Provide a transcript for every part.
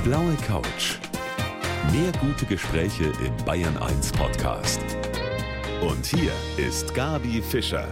blaue Couch. Mehr gute Gespräche im Bayern 1 Podcast. Und hier ist Gabi Fischer.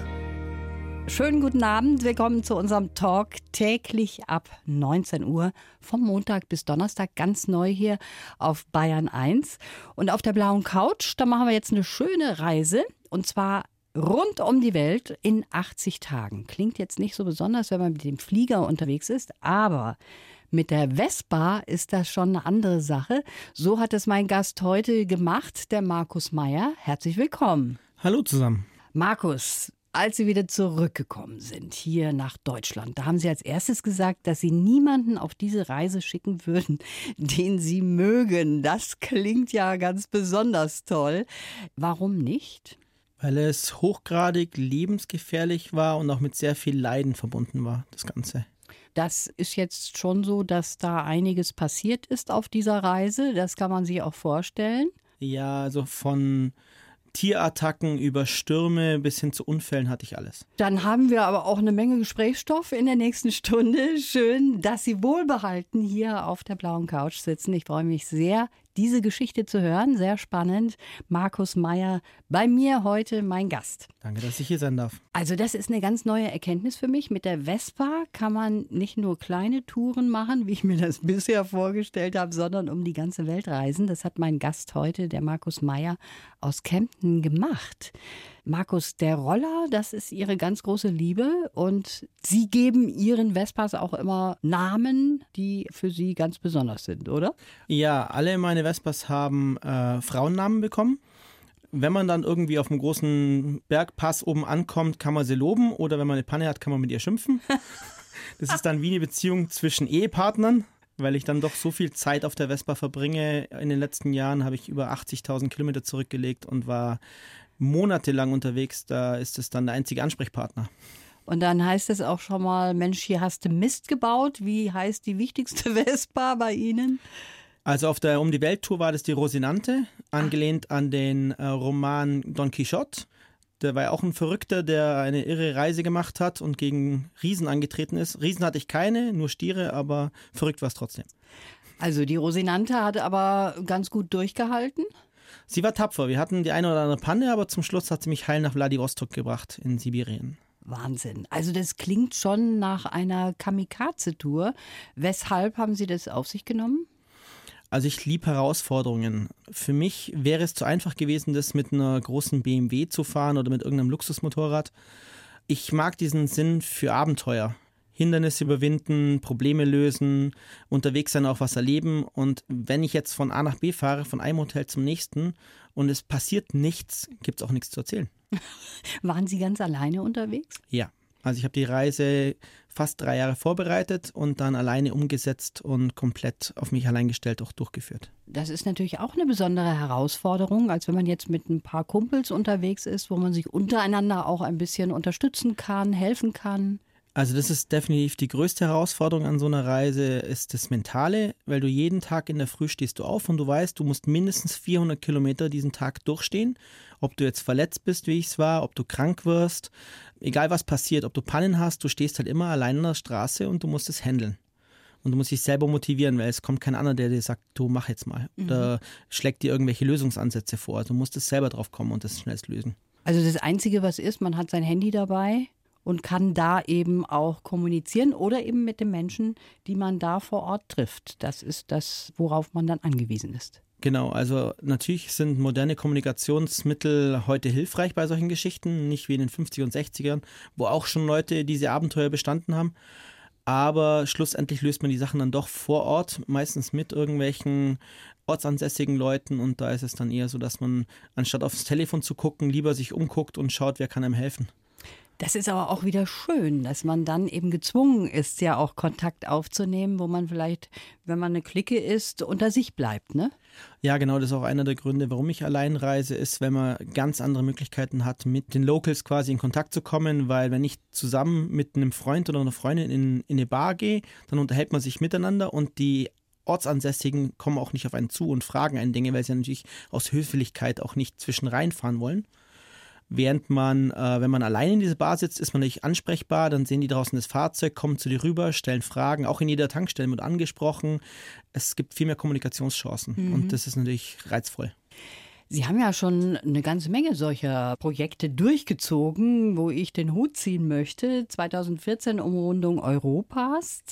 Schönen guten Abend, willkommen zu unserem Talk täglich ab 19 Uhr vom Montag bis Donnerstag, ganz neu hier auf Bayern 1. Und auf der blauen Couch, da machen wir jetzt eine schöne Reise und zwar rund um die Welt in 80 Tagen. Klingt jetzt nicht so besonders, wenn man mit dem Flieger unterwegs ist, aber mit der Vespa ist das schon eine andere Sache. So hat es mein Gast heute gemacht, der Markus Meier. Herzlich willkommen. Hallo zusammen. Markus, als Sie wieder zurückgekommen sind hier nach Deutschland, da haben Sie als erstes gesagt, dass Sie niemanden auf diese Reise schicken würden, den Sie mögen. Das klingt ja ganz besonders toll. Warum nicht? Weil es hochgradig lebensgefährlich war und auch mit sehr viel Leiden verbunden war, das Ganze. Das ist jetzt schon so, dass da einiges passiert ist auf dieser Reise. Das kann man sich auch vorstellen. Ja, also von Tierattacken über Stürme bis hin zu Unfällen hatte ich alles. Dann haben wir aber auch eine Menge Gesprächsstoff in der nächsten Stunde. Schön, dass Sie wohlbehalten hier auf der blauen Couch sitzen. Ich freue mich sehr, diese Geschichte zu hören. Sehr spannend. Markus Meier, bei mir heute mein Gast. Danke, dass ich hier sein darf. Also das ist eine ganz neue Erkenntnis für mich. Mit der Vespa kann man nicht nur kleine Touren machen, wie ich mir das bisher vorgestellt habe, sondern um die ganze Welt reisen. Das hat mein Gast heute, der Markus Meier aus Kempten, gemacht. Markus, der Roller, das ist Ihre ganz große Liebe und Sie geben Ihren Vespas auch immer Namen, die für Sie ganz besonders sind, oder? Ja, alle meine Vespas haben Frauennamen bekommen. Wenn man dann irgendwie auf einem großen Bergpass oben ankommt, kann man sie loben oder wenn man eine Panne hat, kann man mit ihr schimpfen. Das ist dann wie eine Beziehung zwischen Ehepartnern, weil ich dann doch so viel Zeit auf der Vespa verbringe. In den letzten Jahren habe ich über 80.000 Kilometer zurückgelegt und war monatelang unterwegs. Da ist es dann der einzige Ansprechpartner. Und dann heißt es auch schon mal, Mensch, hier hast du Mist gebaut. Wie heißt die wichtigste Vespa bei Ihnen? Also auf der Um-die-Welt-Tour war das die Rosinante, angelehnt an den Roman Don Quixote. Der war ja auch ein Verrückter, der eine irre Reise gemacht hat und gegen Riesen angetreten ist. Riesen hatte ich keine, nur Stiere, aber verrückt war es trotzdem. Also die Rosinante hat aber ganz gut durchgehalten. Sie war tapfer. Wir hatten die eine oder andere Panne, aber zum Schluss hat sie mich heil nach Wladiwostok gebracht in Sibirien. Wahnsinn. Also das klingt schon nach einer Kamikaze-Tour. Weshalb haben Sie das auf sich genommen? Also ich liebe Herausforderungen. Für mich wäre es zu einfach gewesen, das mit einer großen BMW zu fahren oder mit irgendeinem Luxusmotorrad. Ich mag diesen Sinn für Abenteuer. Hindernisse überwinden, Probleme lösen, unterwegs sein, auch was erleben. Und wenn ich jetzt von A nach B fahre, von einem Hotel zum nächsten und es passiert nichts, gibt es auch nichts zu erzählen. Waren Sie ganz alleine unterwegs? Ja, also ich habe die Reise fast 3 Jahre vorbereitet und dann alleine umgesetzt und komplett auf mich allein gestellt auch durchgeführt. Das ist natürlich auch eine besondere Herausforderung, als wenn man jetzt mit ein paar Kumpels unterwegs ist, wo man sich untereinander auch ein bisschen unterstützen kann, helfen kann. Also das ist definitiv die größte Herausforderung an so einer Reise, ist das Mentale, weil du jeden Tag in der Früh stehst du auf und du weißt, du musst mindestens 400 Kilometer diesen Tag durchstehen. Ob du jetzt verletzt bist, wie ich es war, ob du krank wirst, egal was passiert, ob du Pannen hast, du stehst halt immer allein an der Straße und du musst es handeln. Und du musst dich selber motivieren, weil es kommt kein anderer, der dir sagt, du mach jetzt mal. Oder schlägt dir irgendwelche Lösungsansätze vor. Du musst es selber drauf kommen und das schnellst lösen. Also das Einzige, was ist, man hat sein Handy dabei und kann da eben auch kommunizieren oder eben mit den Menschen, die man da vor Ort trifft. Das ist das, worauf man dann angewiesen ist. Genau, also natürlich sind moderne Kommunikationsmittel heute hilfreich bei solchen Geschichten, nicht wie in den 50er und 60ern, wo auch schon Leute diese Abenteuer bestanden haben. Aber schlussendlich löst man die Sachen dann doch vor Ort, meistens mit irgendwelchen ortsansässigen Leuten. Und da ist es dann eher so, dass man anstatt aufs Telefon zu gucken, lieber sich umguckt und schaut, wer kann einem helfen. Das ist aber auch wieder schön, dass man dann eben gezwungen ist, ja auch Kontakt aufzunehmen, wo man vielleicht, wenn man eine Clique ist, unter sich bleibt, ne? Ja, genau, das ist auch einer der Gründe, warum ich allein reise, ist, wenn man ganz andere Möglichkeiten hat, mit den Locals quasi in Kontakt zu kommen, weil wenn ich zusammen mit einem Freund oder einer Freundin in eine Bar gehe, dann unterhält man sich miteinander und die Ortsansässigen kommen auch nicht auf einen zu und fragen einen Dinge, weil sie natürlich aus Höflichkeit auch nicht zwischen reinfahren wollen. Während man, wenn man allein in dieser Bar sitzt, ist man nicht ansprechbar, dann sehen die draußen das Fahrzeug, kommen zu dir rüber, stellen Fragen, auch in jeder Tankstelle wird angesprochen. Es gibt viel mehr Kommunikationschancen und das ist natürlich reizvoll. Sie haben ja schon eine ganze Menge solcher Projekte durchgezogen, wo ich den Hut ziehen möchte. 2014 Umrundung Europas,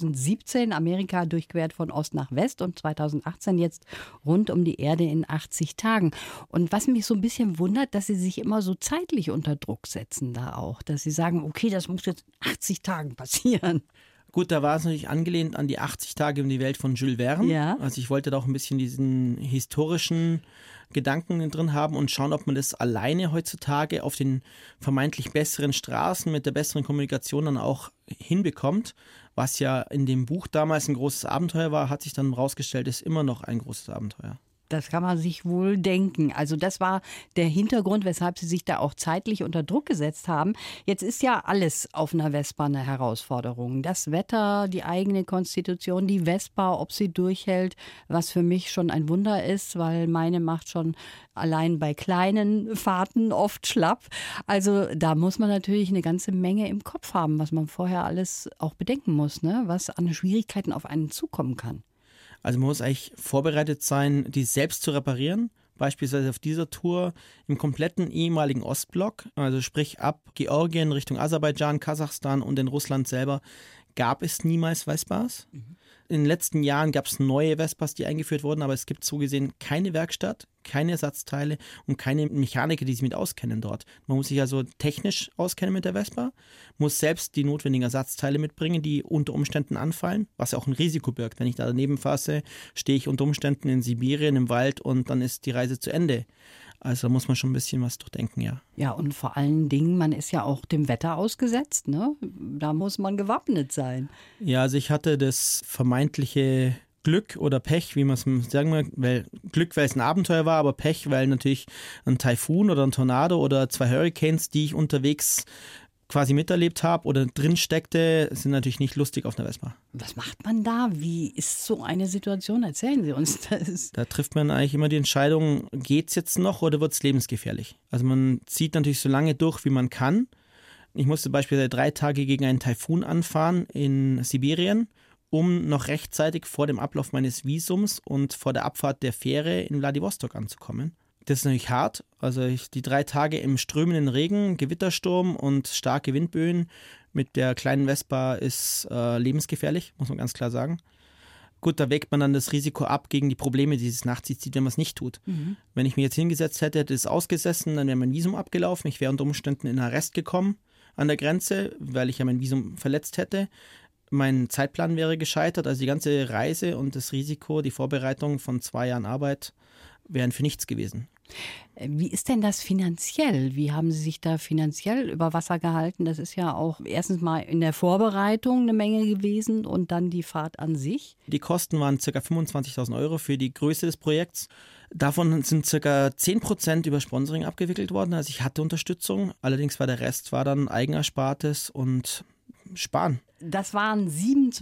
2017 Amerika durchquert von Ost nach West und 2018 jetzt rund um die Erde in 80 Tagen. Und was mich so ein bisschen wundert, dass Sie sich immer so zeitlich unter Druck setzen da auch. Dass Sie sagen, okay, das muss jetzt in 80 Tagen passieren. Gut, da war es natürlich angelehnt an die 80 Tage um die Welt von Jules Verne. Ja. Also ich wollte da auch ein bisschen diesen historischen Gedanken drin haben und schauen, ob man das alleine heutzutage auf den vermeintlich besseren Straßen mit der besseren Kommunikation dann auch hinbekommt. Was ja in dem Buch damals ein großes Abenteuer war, hat sich dann rausgestellt, ist immer noch ein großes Abenteuer. Das kann man sich wohl denken. Also das war der Hintergrund, weshalb Sie sich da auch zeitlich unter Druck gesetzt haben. Jetzt ist ja alles auf einer Vespa eine Herausforderung. Das Wetter, die eigene Konstitution, die Vespa, ob sie durchhält, was für mich schon ein Wunder ist, weil meine macht schon allein bei kleinen Fahrten oft schlapp. Also da muss man natürlich eine ganze Menge im Kopf haben, was man vorher alles auch bedenken muss, ne? Was an Schwierigkeiten auf einen zukommen kann. Also man muss eigentlich vorbereitet sein, die selbst zu reparieren. Beispielsweise auf dieser Tour im kompletten ehemaligen Ostblock, also sprich ab Georgien Richtung Aserbaidschan, Kasachstan und in Russland selber, gab es niemals Vespas. In den letzten Jahren gab es neue Vespas, die eingeführt wurden, aber es gibt so gesehen keine Werkstatt, keine Ersatzteile und keine Mechaniker, die sich mit auskennen dort. Man muss sich also technisch auskennen mit der Vespa, muss selbst die notwendigen Ersatzteile mitbringen, die unter Umständen anfallen, was ja auch ein Risiko birgt. Wenn ich da daneben fasse, stehe ich unter Umständen in Sibirien im Wald und dann ist die Reise zu Ende. Also da muss man schon ein bisschen was durchdenken, ja. Ja, und vor allen Dingen, man ist ja auch dem Wetter ausgesetzt, ne? Da muss man gewappnet sein. Ja, also ich hatte das vermeintliche Glück oder Pech, wie man es sagen will, weil Glück, weil es ein Abenteuer war, aber Pech, weil natürlich ein Taifun oder ein Tornado oder 2 Hurricanes, die ich unterwegs quasi miterlebt habe oder drin steckte, sind natürlich nicht lustig auf einer Vespa. Was macht man da? Wie ist so eine Situation? Erzählen Sie uns das. Da trifft man eigentlich immer die Entscheidung, geht es jetzt noch oder wird es lebensgefährlich? Also man zieht natürlich so lange durch, wie man kann. Ich musste beispielsweise 3 Tage gegen einen Taifun anfahren in Sibirien, um noch rechtzeitig vor dem Ablauf meines Visums und vor der Abfahrt der Fähre in Wladiwostok anzukommen. Das ist natürlich hart. Also die 3 Tage im strömenden Regen, Gewittersturm und starke Windböen mit der kleinen Vespa ist lebensgefährlich, muss man ganz klar sagen. Gut, da wägt man dann das Risiko ab gegen die Probleme, die es nach sich zieht, wenn man es nicht tut. Wenn ich mir jetzt hingesetzt hätte, hätte es ausgesessen, dann wäre mein Visum abgelaufen. Ich wäre unter Umständen in Arrest gekommen an der Grenze, weil ich ja mein Visum verletzt hätte. Mein Zeitplan wäre gescheitert. Also die ganze Reise und das Risiko, die Vorbereitung von 2 Jahren Arbeit wären für nichts gewesen. Wie ist denn das finanziell? Wie haben Sie sich da finanziell über Wasser gehalten? Das ist ja auch erstens mal in der Vorbereitung eine Menge gewesen und dann die Fahrt an sich. Die Kosten waren ca. 25.000 Euro für die Größe des Projekts. Davon sind ca. 10% über Sponsoring abgewickelt worden. Also ich hatte Unterstützung. Allerdings war der Rest dann Eigenerspartes und Sparen. Das waren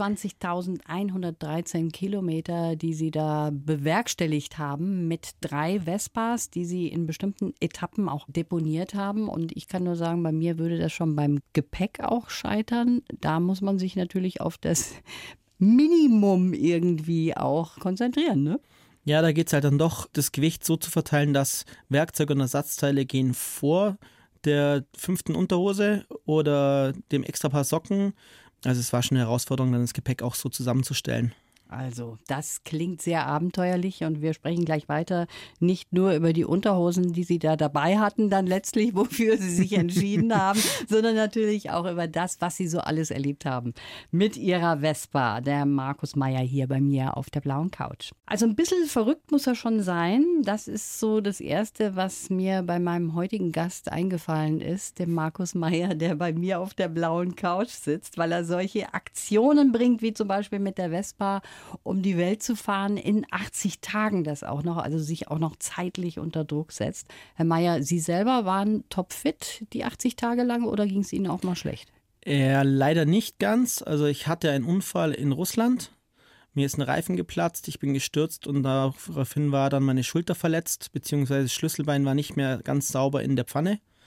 27.113 Kilometer, die Sie da bewerkstelligt haben mit 3 Vespas, die Sie in bestimmten Etappen auch deponiert haben. Und ich kann nur sagen, bei mir würde das schon beim Gepäck auch scheitern. Da muss man sich natürlich auf das Minimum irgendwie auch konzentrieren, ne? Ja, da geht es halt dann doch, das Gewicht so zu verteilen, dass Werkzeug und Ersatzteile gehen vor der 5. Unterhose oder dem extra Paar Socken. Also es war schon eine Herausforderung, dann das Gepäck auch so zusammenzustellen. Also das klingt sehr abenteuerlich und wir sprechen gleich weiter, nicht nur über die Unterhosen, die Sie da dabei hatten, dann letztlich, wofür Sie sich entschieden haben, sondern natürlich auch über das, was Sie so alles erlebt haben mit Ihrer Vespa. Der Markus Meier hier bei mir auf der blauen Couch. Also ein bisschen verrückt muss er schon sein. Das ist so das Erste, was mir bei meinem heutigen Gast eingefallen ist, dem Markus Meier, der bei mir auf der blauen Couch sitzt, weil er solche Aktionen bringt, wie zum Beispiel mit der Vespa, um die Welt zu fahren, in 80 Tagen das auch noch, also sich auch noch zeitlich unter Druck setzt. Herr Meier, Sie selber waren topfit die 80 Tage lang oder ging es Ihnen auch mal schlecht? Leider nicht ganz. Also ich hatte einen Unfall in Russland. Mir ist ein Reifen geplatzt, ich bin gestürzt und daraufhin war dann meine Schulter verletzt, beziehungsweise das Schlüsselbein war nicht mehr ganz sauber in der Pfanne.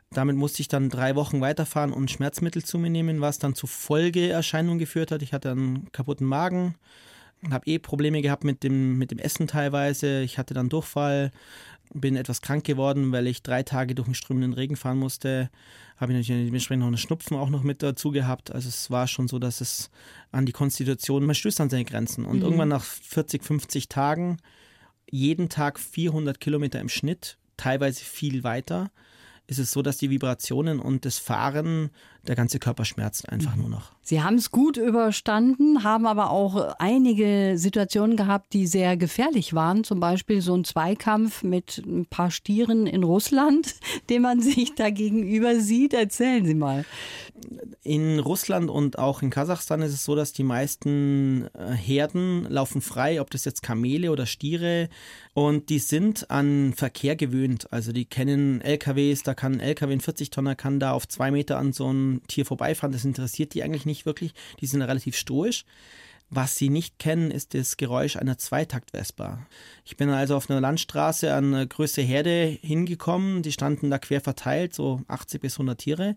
Damit musste ich dann 3 Wochen weiterfahren und Schmerzmittel zu mir nehmen, was dann zu Folgeerscheinungen geführt hat. Ich hatte einen kaputten Magen, habe Probleme gehabt mit dem Essen teilweise. Ich hatte dann Durchfall, bin etwas krank geworden, weil ich 3 Tage durch den strömenden Regen fahren musste. Habe ich natürlich dementsprechend noch einen Schnupfen auch noch mit dazu gehabt. Also es war schon so, dass es an die Konstitution, man stößt an seine Grenzen. Und irgendwann nach 40, 50 Tagen, jeden Tag 400 Kilometer im Schnitt, teilweise viel weiter, ist es so, dass die Vibrationen und das Fahren, der ganze Körper schmerzt einfach nur noch. Sie haben es gut überstanden, haben aber auch einige Situationen gehabt, die sehr gefährlich waren. Zum Beispiel so ein Zweikampf mit ein paar Stieren in Russland, den man sich da gegenüber sieht. Erzählen Sie mal. In Russland und auch in Kasachstan ist es so, dass die meisten Herden laufen frei, ob das jetzt Kamele oder Stiere, und die sind an Verkehr gewöhnt. Also die kennen LKWs, da kann ein LKW, ein 40-Tonner, kann da auf 2 Meter an so ein Tier vorbeifahren. Das interessiert die eigentlich nicht wirklich. Die sind relativ stoisch. Was sie nicht kennen, ist das Geräusch einer Zweitakt-Vespa. Ich bin also auf einer Landstraße an eine größere Herde hingekommen. Die standen da quer verteilt, so 80 bis 100 Tiere.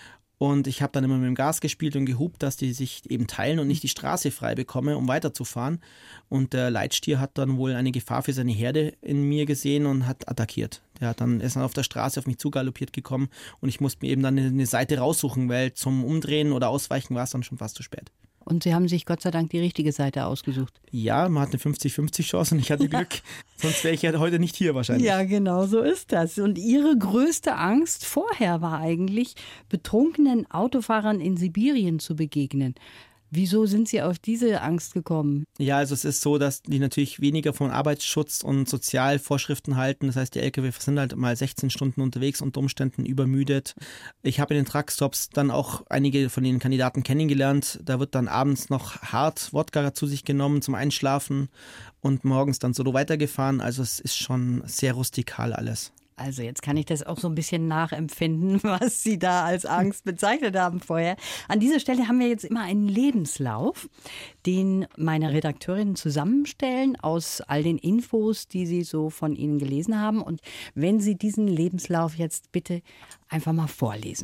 Und ich habe dann immer mit dem Gas gespielt und gehupt, dass die sich eben teilen und nicht die Straße frei bekomme, um weiterzufahren. Und der Leitstier hat dann wohl eine Gefahr für seine Herde in mir gesehen und hat attackiert. Ist dann auf der Straße auf mich zugaloppiert gekommen und ich musste mir eben dann eine Seite raussuchen, weil zum Umdrehen oder Ausweichen war es dann schon fast zu spät. Und Sie haben sich Gott sei Dank die richtige Seite ausgesucht. Ja, man hat eine 50-50 Chance und ich hatte Glück. Sonst wäre ich ja heute nicht hier wahrscheinlich. Ja, genau so ist das. Und Ihre größte Angst vorher war eigentlich, betrunkenen Autofahrern in Sibirien zu begegnen. Wieso sind Sie auf diese Angst gekommen? Ja, also es ist so, dass die natürlich weniger von Arbeitsschutz und Sozialvorschriften halten. Das heißt, die Lkw sind halt mal 16 Stunden unterwegs, unter Umständen übermüdet. Ich habe in den Truckstops dann auch einige von den Kandidaten kennengelernt. Da wird dann abends noch hart Wodka zu sich genommen zum Einschlafen und morgens dann solo weitergefahren. Also es ist schon sehr rustikal alles. Also jetzt kann ich das auch so ein bisschen nachempfinden, was Sie da als Angst bezeichnet haben vorher. An dieser Stelle haben wir jetzt immer einen Lebenslauf, den meine Redakteurinnen zusammenstellen aus all den Infos, die sie so von Ihnen gelesen haben. Und wenn Sie diesen Lebenslauf jetzt bitte einfach mal vorlesen.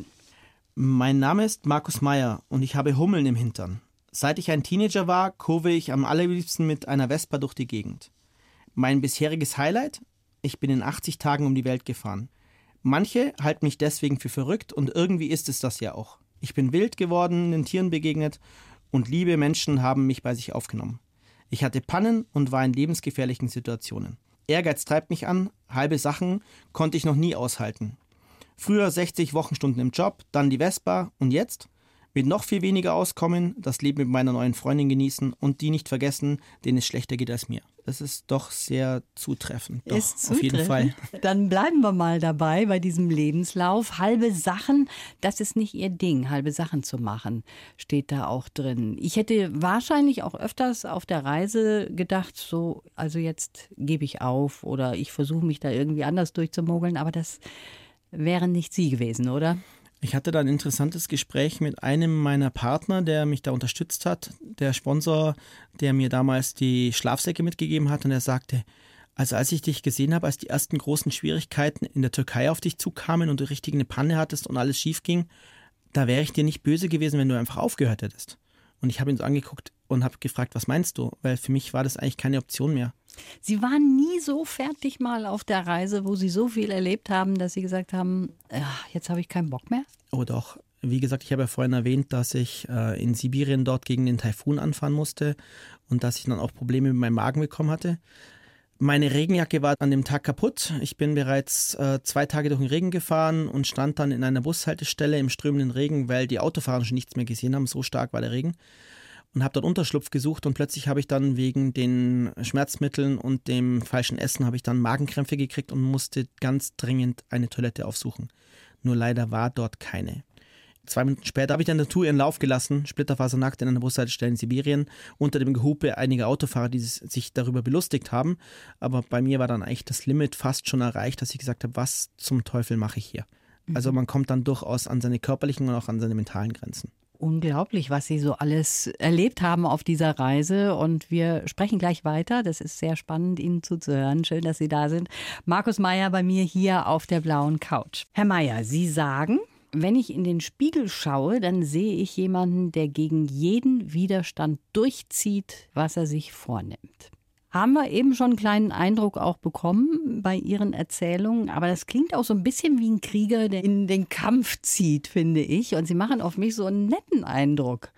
Mein Name ist Markus Meyer und ich habe Hummeln im Hintern. Seit ich ein Teenager war, kurve ich am allerliebsten mit einer Vespa durch die Gegend. Mein bisheriges Highlight? Ich bin in 80 Tagen um die Welt gefahren. Manche halten mich deswegen für verrückt und irgendwie ist es das ja auch. Ich bin wild geworden, den Tieren begegnet und liebe Menschen haben mich bei sich aufgenommen. Ich hatte Pannen und war in lebensgefährlichen Situationen. Ehrgeiz treibt mich an, halbe Sachen konnte ich noch nie aushalten. Früher 60 Wochenstunden im Job, dann die Vespa und jetzt? Mit noch viel weniger Auskommen, das Leben mit meiner neuen Freundin genießen und die nicht vergessen, denen es schlechter geht als mir. Das ist doch sehr zutreffend. Doch, ist zutreffend. Auf jeden Fall. Dann bleiben wir mal dabei bei diesem Lebenslauf. Halbe Sachen, das ist nicht Ihr Ding, halbe Sachen zu machen, steht da auch drin. Ich hätte wahrscheinlich auch öfters auf der Reise gedacht, so, also jetzt gebe ich auf oder ich versuche mich da irgendwie anders durchzumogeln, aber das wären nicht Sie gewesen, oder? Ich hatte da ein interessantes Gespräch mit einem meiner Partner, der mich da unterstützt hat, der Sponsor, der mir damals die Schlafsäcke mitgegeben hat, und er sagte, also als ich dich gesehen habe, als die ersten großen Schwierigkeiten in der Türkei auf dich zukamen und du richtig eine Panne hattest und alles schief ging, da wäre ich dir nicht böse gewesen, wenn du einfach aufgehört hättest. Und ich habe ihn so angeguckt und habe gefragt, was meinst du? Weil für mich war das eigentlich keine Option mehr. Sie waren nie so fertig mal auf der Reise, wo Sie so viel erlebt haben, dass Sie gesagt haben, jetzt habe ich keinen Bock mehr? Oh doch. Wie gesagt, ich habe ja vorhin erwähnt, dass ich in Sibirien dort gegen den Taifun anfahren musste und dass ich dann auch Probleme mit meinem Magen bekommen hatte. Meine Regenjacke war an dem Tag kaputt. Ich bin bereits 2 Tage durch den Regen gefahren und stand dann in einer Bushaltestelle im strömenden Regen, weil die Autofahrer schon nichts mehr gesehen haben. So stark war der Regen. Und habe dort Unterschlupf gesucht und plötzlich habe ich dann wegen den Schmerzmitteln und dem falschen Essen habe ich dann Magenkrämpfe gekriegt und musste ganz dringend eine Toilette aufsuchen. Nur leider war dort keine. 2 Minuten später habe ich dann der Tour ihren Lauf gelassen, splitterfasernackt in einer Bushaltestelle in Sibirien, unter dem Gehupe einiger Autofahrer, die sich darüber belustigt haben. Aber bei mir war dann eigentlich das Limit fast schon erreicht, dass ich gesagt habe, was zum Teufel mache ich hier? Also man kommt dann durchaus an seine körperlichen und auch an seine mentalen Grenzen. Unglaublich, was Sie so alles erlebt haben auf dieser Reise. Und wir sprechen gleich weiter. Das ist sehr spannend, Ihnen zuzuhören. Schön, dass Sie da sind. Markus Meier bei mir hier auf der blauen Couch. Herr Meier, Sie sagen, wenn ich in den Spiegel schaue, dann sehe ich jemanden, der gegen jeden Widerstand durchzieht, was er sich vornimmt. Haben wir eben schon einen kleinen Eindruck auch bekommen bei Ihren Erzählungen. Aber das klingt auch so ein bisschen wie ein Krieger, der in den Kampf zieht, finde ich. Und Sie machen auf mich so einen netten Eindruck.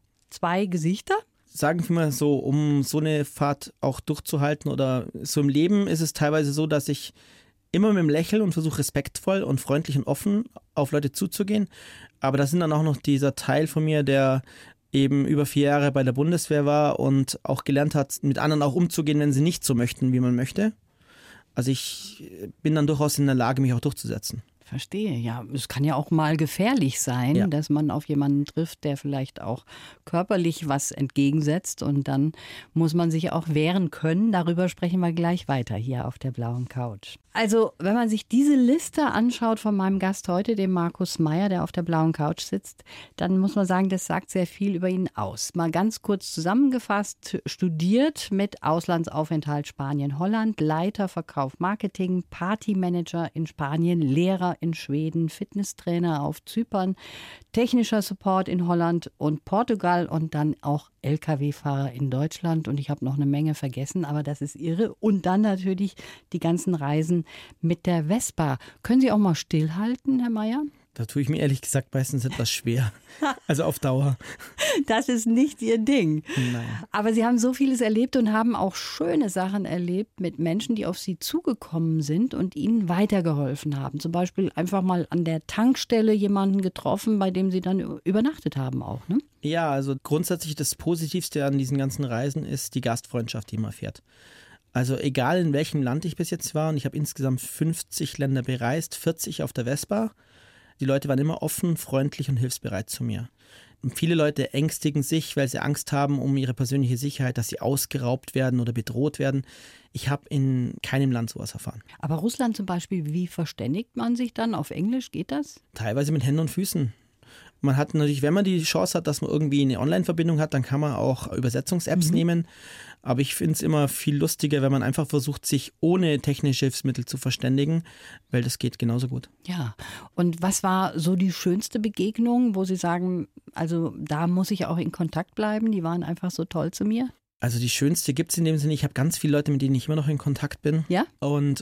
2 Gesichter? Sagen wir mal so, um so eine Fahrt auch durchzuhalten oder so im Leben ist es teilweise so, dass ich immer mit dem Lächeln und versuche respektvoll und freundlich und offen auf Leute zuzugehen. Aber da sind dann auch noch dieser Teil von mir, der eben über 4 Jahre bei der Bundeswehr war und auch gelernt hat, mit anderen auch umzugehen, wenn sie nicht so möchten, wie man möchte. Also ich bin dann durchaus in der Lage, mich auch durchzusetzen. Verstehe, ja. Es kann ja auch mal gefährlich sein, dass man auf jemanden trifft, der vielleicht auch körperlich was entgegensetzt. Und dann muss man sich auch wehren können. Darüber sprechen wir gleich weiter hier auf der blauen Couch. Also, wenn man sich diese Liste anschaut von meinem Gast heute, dem Markus Meier, der auf der blauen Couch sitzt, dann muss man sagen, das sagt sehr viel über ihn aus. Mal ganz kurz zusammengefasst: studiert mit Auslandsaufenthalt Spanien, Holland, Leiter Verkauf Marketing, Partymanager in Spanien, Lehrer in Schweden, Fitnesstrainer auf Zypern, technischer Support in Holland und Portugal und dann auch Lkw-Fahrer in Deutschland. Und ich habe noch eine Menge vergessen, aber das ist irre. Und dann natürlich die ganzen Reisen mit der Vespa. Können Sie auch mal stillhalten, Herr Meier? Da tue ich mir ehrlich gesagt meistens etwas schwer. Also auf Dauer. Das ist nicht Ihr Ding. Nein. Aber Sie haben so vieles erlebt und haben auch schöne Sachen erlebt mit Menschen, die auf Sie zugekommen sind und Ihnen weitergeholfen haben. Zum Beispiel einfach mal an der Tankstelle jemanden getroffen, bei dem Sie dann übernachtet haben auch, ne? Ja, also grundsätzlich das Positivste an diesen ganzen Reisen ist die Gastfreundschaft, die man fährt. Also egal in welchem Land ich bis jetzt war, und ich habe insgesamt 50 Länder bereist, 40 auf der Vespa. Die Leute waren immer offen, freundlich und hilfsbereit zu mir. Und viele Leute ängstigen sich, weil sie Angst haben um ihre persönliche Sicherheit, dass sie ausgeraubt werden oder bedroht werden. Ich habe in keinem Land sowas erfahren. Aber Russland zum Beispiel, wie verständigt man sich dann? Auf Englisch geht das? Teilweise mit Händen und Füßen. Man hat natürlich, wenn man die Chance hat, dass man irgendwie eine Online-Verbindung hat, dann kann man auch Übersetzungs-Apps nehmen. Aber ich finde es immer viel lustiger, wenn man einfach versucht, sich ohne technische Hilfsmittel zu verständigen, weil das geht genauso gut. Ja, und was war so die schönste Begegnung, wo Sie sagen, also da muss ich auch in Kontakt bleiben, die waren einfach so toll zu mir? Also die schönste gibt es in dem Sinne, ich habe ganz viele Leute, mit denen ich immer noch in Kontakt bin. Ja? Und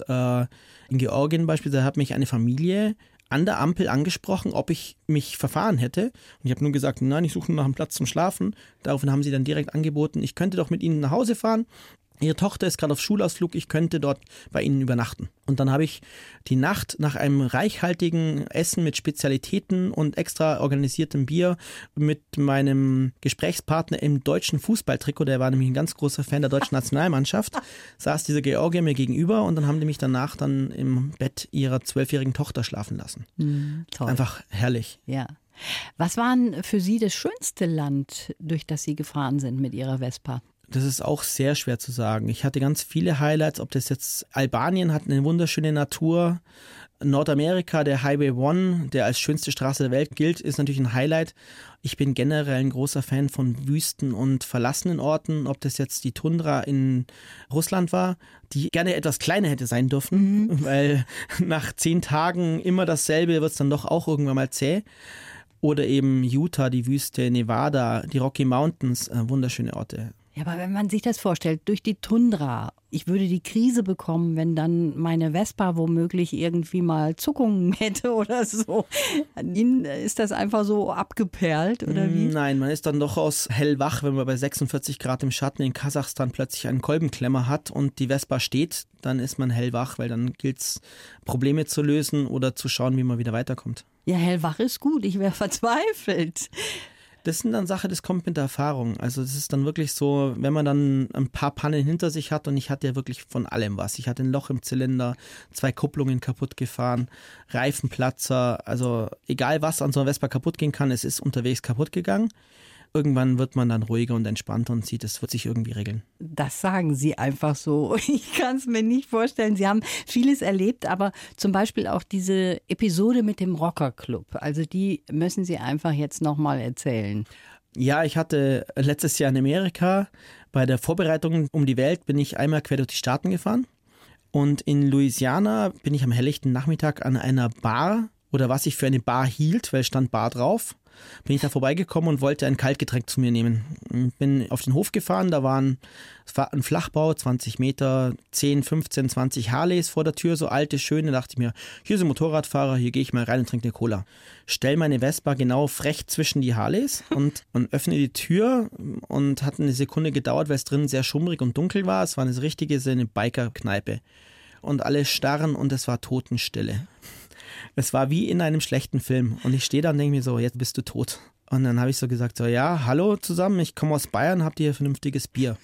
in Georgien beispielsweise hat mich eine Familie an der Ampel angesprochen, ob ich mich verfahren hätte. Und ich habe nur gesagt, nein, ich suche nur nach einem Platz zum Schlafen. Daraufhin haben sie dann direkt angeboten, ich könnte doch mit ihnen nach Hause fahren. Ihre Tochter ist gerade auf Schulausflug, ich könnte dort bei ihnen übernachten. Und dann habe ich die Nacht nach einem reichhaltigen Essen mit Spezialitäten und extra organisiertem Bier mit meinem Gesprächspartner im deutschen Fußballtrikot, der war nämlich ein ganz großer Fan der deutschen Nationalmannschaft, saß dieser Georgier mir gegenüber und dann haben die mich danach dann im Bett ihrer 12-jährigen Tochter schlafen lassen. Toll. Einfach herrlich. Ja. Was war denn für Sie das schönste Land, durch das Sie gefahren sind mit Ihrer Vespa? Das ist auch sehr schwer zu sagen. Ich hatte ganz viele Highlights, ob das jetzt Albanien hat eine wunderschöne Natur, Nordamerika, der Highway 1, der als schönste Straße der Welt gilt, ist natürlich ein Highlight. Ich bin generell ein großer Fan von Wüsten und verlassenen Orten, ob das jetzt die Tundra in Russland war, die gerne etwas kleiner hätte sein dürfen, weil nach 10 Tagen immer dasselbe wird es dann doch auch irgendwann mal zäh. Oder eben Utah, die Wüste, Nevada, die Rocky Mountains, wunderschöne Orte. Ja, aber wenn man sich das vorstellt, durch die Tundra, ich würde die Krise bekommen, wenn dann meine Vespa womöglich irgendwie mal Zuckungen hätte oder so. An Ihnen ist das einfach so abgeperlt, oder wie? Nein, man ist dann doch aus hellwach, wenn man bei 46 Grad im Schatten in Kasachstan plötzlich einen Kolbenklemmer hat und die Vespa steht, dann ist man hellwach, weil dann gilt es, Probleme zu lösen oder zu schauen, wie man wieder weiterkommt. Ja, hellwach ist gut, ich wäre verzweifelt. Das sind dann Sachen, das kommt mit der Erfahrung. Also das ist dann wirklich so, wenn man dann ein paar Pannen hinter sich hat und ich hatte ja wirklich von allem was. Ich hatte ein Loch im Zylinder, 2 Kupplungen kaputt gefahren, Reifenplatzer, also egal was an so einer Vespa kaputt gehen kann, es ist unterwegs kaputt gegangen. irgendwann wird man dann ruhiger und entspannter und sieht, es wird sich irgendwie regeln. Das sagen Sie einfach so. Ich kann es mir nicht vorstellen. Sie haben vieles erlebt, aber zum Beispiel auch diese Episode mit dem Rockerclub. Also die müssen Sie einfach jetzt nochmal erzählen. Ja, ich hatte letztes Jahr in Amerika bei der Vorbereitung um die Welt bin ich einmal quer durch die Staaten gefahren. Und in Louisiana bin ich am helllichten Nachmittag an einer Bar oder was ich für eine Bar hielt, weil stand Bar drauf, bin ich da vorbeigekommen und wollte ein Kaltgetränk zu mir nehmen. Bin auf den Hof gefahren, es war ein Flachbau, 20 Meter, 10, 15, 20 Harleys vor der Tür, so alte, schöne, dachte ich mir, hier sind Motorradfahrer, hier gehe ich mal rein und trinke eine Cola. Stell meine Vespa genau frech zwischen die Harleys und öffne die Tür und hat eine Sekunde gedauert, weil es drin sehr schummrig und dunkel war. Es war eine richtige eine Biker-Kneipe. Und alle starren und es war Totenstille. Es war wie in einem schlechten Film. Und ich stehe da und denke mir so, jetzt bist du tot. Und dann habe ich so gesagt, so ja, hallo zusammen, ich komme aus Bayern, habt ihr hier vernünftiges Bier?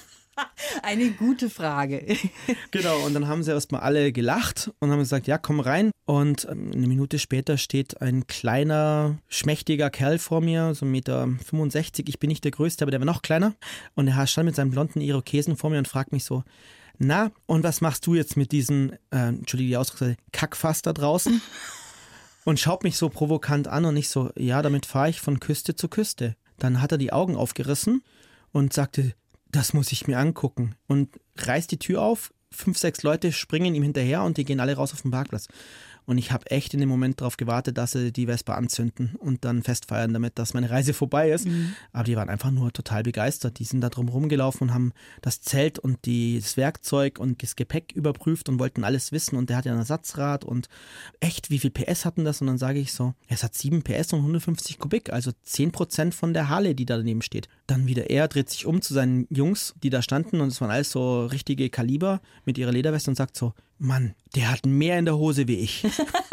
Eine gute Frage. Genau, und dann haben sie erstmal alle gelacht und haben gesagt, ja, komm rein. Und eine Minute später steht ein kleiner, schmächtiger Kerl vor mir, so 1,65 Meter. Ich bin nicht der Größte, aber der war noch kleiner. Und er stand mit seinem blonden Irokesen vor mir und fragt mich so, na, und was machst du jetzt mit diesem, entschuldige die Ausdrucksweise, Kackfass da draußen? Und schaut mich so provokant an und ich so, ja, damit fahre ich von Küste zu Küste. Dann hat er die Augen aufgerissen und sagte, das muss ich mir angucken. Und reißt die Tür auf, 5, 6 Leute springen ihm hinterher und die gehen alle raus auf den Parkplatz. Und ich habe echt in dem Moment darauf gewartet, dass sie die Vespa anzünden und dann festfeiern damit, dass meine Reise vorbei ist. Aber die waren einfach nur total begeistert. Die sind da drum rumgelaufen und haben das Zelt und das Werkzeug und das Gepäck überprüft und wollten alles wissen. Und der hat ja ein Ersatzrad und echt, wie viel PS hatten das? Und dann sage ich so, es hat 7 PS und 150 Kubik, also 10% von der Harley, die da daneben steht. Dann wieder er dreht sich um zu seinen Jungs, die da standen und es waren alles so richtige Kaliber mit ihrer Lederweste und sagt so, Mann, der hat mehr in der Hose wie ich.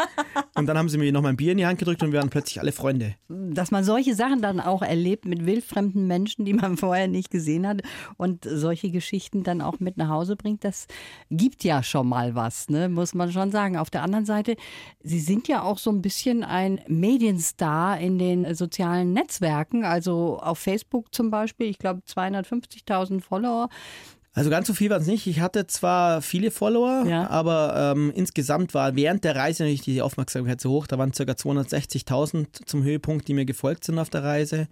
Und dann haben sie mir nochmal ein Bier in die Hand gedrückt und wir waren plötzlich alle Freunde. Dass man solche Sachen dann auch erlebt mit wildfremden Menschen, die man vorher nicht gesehen hat und solche Geschichten dann auch mit nach Hause bringt, das gibt ja schon mal was, ne? Muss man schon sagen. Auf der anderen Seite, Sie sind ja auch so ein bisschen ein Medienstar in den sozialen Netzwerken, also auf Facebook zum Beispiel, ich glaube 250.000 Follower. Also ganz so viel war es nicht. Ich hatte zwar viele Follower, ja, aber insgesamt war während der Reise natürlich die Aufmerksamkeit so hoch. Da waren ca. 260.000 zum Höhepunkt, die mir gefolgt sind auf der Reise.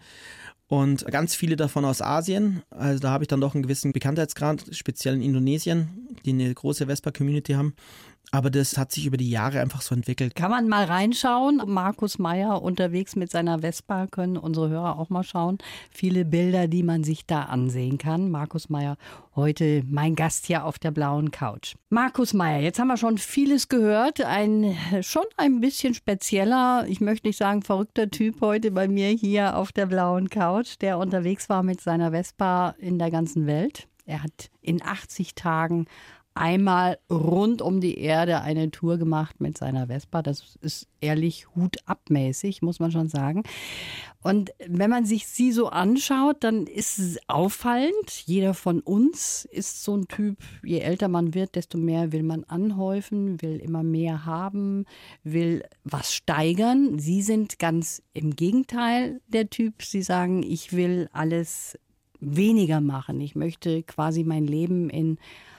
Und ganz viele davon aus Asien. Also da habe ich dann doch einen gewissen Bekanntheitsgrad, speziell in Indonesien, die eine große Vespa-Community haben. Aber das hat sich über die Jahre einfach so entwickelt. Kann man mal reinschauen. Markus Meier unterwegs mit seiner Vespa, können unsere Hörer auch mal schauen. Viele Bilder, die man sich da ansehen kann. Markus Meier, heute mein Gast hier auf der blauen Couch. Markus Meier, jetzt haben wir schon vieles gehört. Schon ein bisschen spezieller, ich möchte nicht sagen verrückter Typ heute bei mir hier auf der blauen Couch, der unterwegs war mit seiner Vespa in der ganzen Welt. Er hat in 80 Tagen einmal rund um die Erde eine Tour gemacht mit seiner Vespa. Das ist ehrlich hutabmäßig, muss man schon sagen. Und wenn man sich sie so anschaut, dann ist es auffallend. Jeder von uns ist so ein Typ, je älter man wird, desto mehr will man anhäufen, will immer mehr haben, will was steigern. Sie sind ganz im Gegenteil der Typ. Sie sagen, ich will alles weniger machen. Ich möchte quasi mein Leben in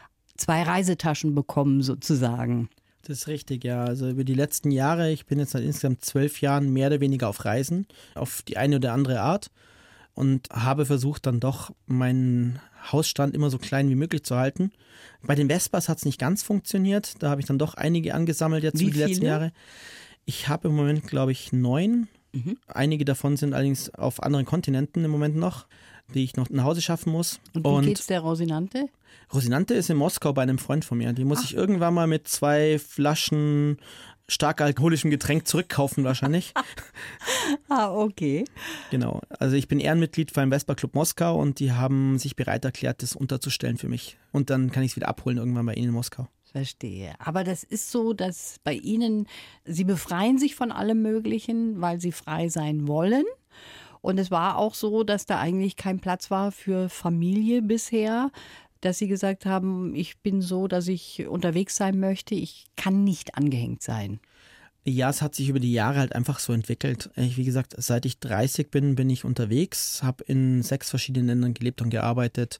2 Reisetaschen bekommen sozusagen. Das ist richtig, ja. Also über die letzten Jahre, ich bin jetzt seit insgesamt 12 Jahren mehr oder weniger auf Reisen, auf die eine oder andere Art und habe versucht dann doch meinen Hausstand immer so klein wie möglich zu halten. Bei den Vespas hat es nicht ganz funktioniert, da habe ich dann doch einige angesammelt jetzt über die letzten Jahre. Ich habe im Moment, glaube ich, 9. Einige davon sind allerdings auf anderen Kontinenten im Moment noch, die ich noch nach Hause schaffen muss. Und wie geht's der Rosinante? Rosinante ist in Moskau bei einem Freund von mir. Die muss ich irgendwann mal mit 2 Flaschen stark alkoholischem Getränk zurückkaufen wahrscheinlich. Okay. Genau. Also ich bin Ehrenmitglied beim Vespa Club Moskau und die haben sich bereit erklärt, das unterzustellen für mich. Und dann kann ich es wieder abholen irgendwann bei ihnen in Moskau. Verstehe. Aber das ist so, dass bei Ihnen, Sie befreien sich von allem Möglichen, weil Sie frei sein wollen. Und es war auch so, dass da eigentlich kein Platz war für Familie bisher, dass Sie gesagt haben, ich bin so, dass ich unterwegs sein möchte, ich kann nicht angehängt sein. Ja, es hat sich über die Jahre halt einfach so entwickelt. Wie gesagt, seit ich 30 bin ich unterwegs, habe in 6 verschiedenen Ländern gelebt und gearbeitet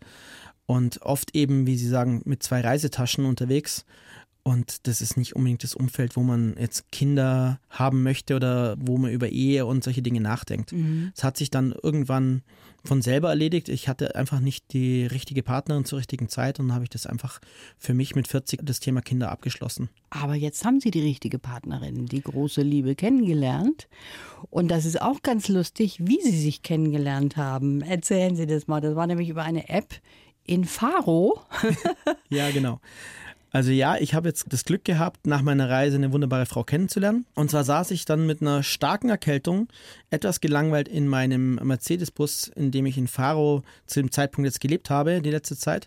und oft eben, wie Sie sagen, mit 2 Reisetaschen unterwegs. Und das ist nicht unbedingt das Umfeld, wo man jetzt Kinder haben möchte oder wo man über Ehe und solche Dinge nachdenkt. Es hat sich dann irgendwann von selber erledigt. Ich hatte einfach nicht die richtige Partnerin zur richtigen Zeit und dann habe ich das einfach für mich mit 40 das Thema Kinder abgeschlossen. Aber jetzt haben Sie die richtige Partnerin, die große Liebe kennengelernt. Und das ist auch ganz lustig, wie Sie sich kennengelernt haben. Erzählen Sie das mal. Das war nämlich über eine App in Faro. Ja, genau. Also ja, ich habe jetzt das Glück gehabt, nach meiner Reise eine wunderbare Frau kennenzulernen. Und zwar saß ich dann mit einer starken Erkältung, etwas gelangweilt in meinem Mercedes-Bus, in dem ich in Faro zu dem Zeitpunkt jetzt gelebt habe, die letzte Zeit.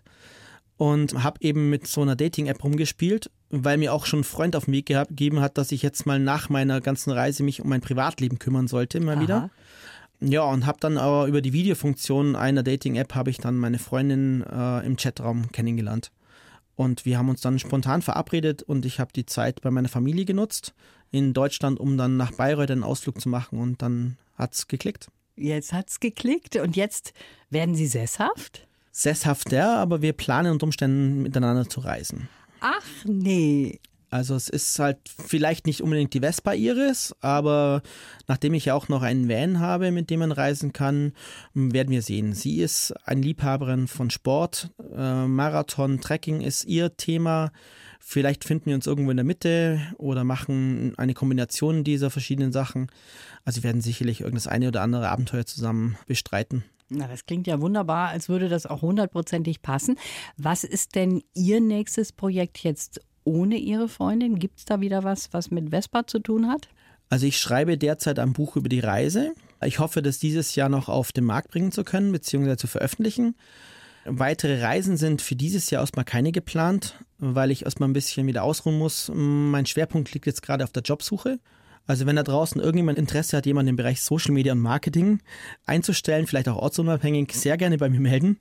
Und habe eben mit so einer Dating-App rumgespielt, weil mir auch schon ein Freund auf den Weg gegeben hat, dass ich jetzt mal nach meiner ganzen Reise mich um mein Privatleben kümmern sollte, mal wieder. Ja, und habe dann aber über die Videofunktion einer Dating-App habe ich dann meine Freundin im Chatraum kennengelernt. Und wir haben uns dann spontan verabredet und ich habe die Zeit bei meiner Familie genutzt in Deutschland, um dann nach Bayreuth einen Ausflug zu machen und dann hat's geklickt. Jetzt hat's geklickt und jetzt werden Sie sesshaft? Sesshaft, ja, aber wir planen unter Umständen miteinander zu reisen. Ach nee. Also es ist halt vielleicht nicht unbedingt die Vespa Iris, aber nachdem ich ja auch noch einen Van habe, mit dem man reisen kann, werden wir sehen. Sie ist eine Liebhaberin von Sport, Marathon, Trekking ist ihr Thema. Vielleicht finden wir uns irgendwo in der Mitte oder machen eine Kombination dieser verschiedenen Sachen. Also wir werden sicherlich irgendein eine oder andere Abenteuer zusammen bestreiten. Na, das klingt ja wunderbar, als würde das auch 100%ig passen. Was ist denn Ihr nächstes Projekt jetzt ohne Ihre Freundin? Gibt es da wieder was mit Vespa zu tun hat? Also ich schreibe derzeit ein Buch über die Reise. Ich hoffe, das dieses Jahr noch auf den Markt bringen zu können, beziehungsweise zu veröffentlichen. Weitere Reisen sind für dieses Jahr erstmal keine geplant, weil ich erstmal ein bisschen wieder ausruhen muss. Mein Schwerpunkt liegt jetzt gerade auf der Jobsuche. Also wenn da draußen irgendjemand Interesse hat, jemanden im Bereich Social Media und Marketing einzustellen, vielleicht auch ortsunabhängig, sehr gerne bei mir melden.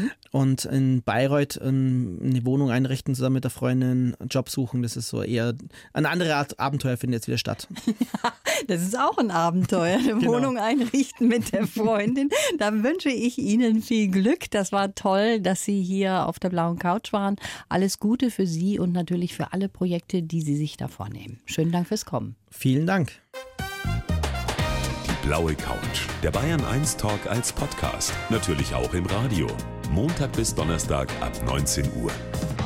Und in Bayreuth eine Wohnung einrichten zusammen mit der Freundin, Job suchen, das ist so eher eine andere Art Abenteuer, findet jetzt wieder statt. Ja, das ist auch ein Abenteuer, eine Genau. Wohnung einrichten mit der Freundin. Da wünsche ich Ihnen viel Glück. Das war toll, dass Sie hier auf der blauen Couch waren. Alles Gute für Sie und natürlich für alle Projekte, die Sie sich da vornehmen. Schönen Dank fürs Kommen. Vielen Dank. Die blaue Couch. Der Bayern 1 Talk als Podcast. Natürlich auch im Radio. Montag bis Donnerstag ab 19 Uhr.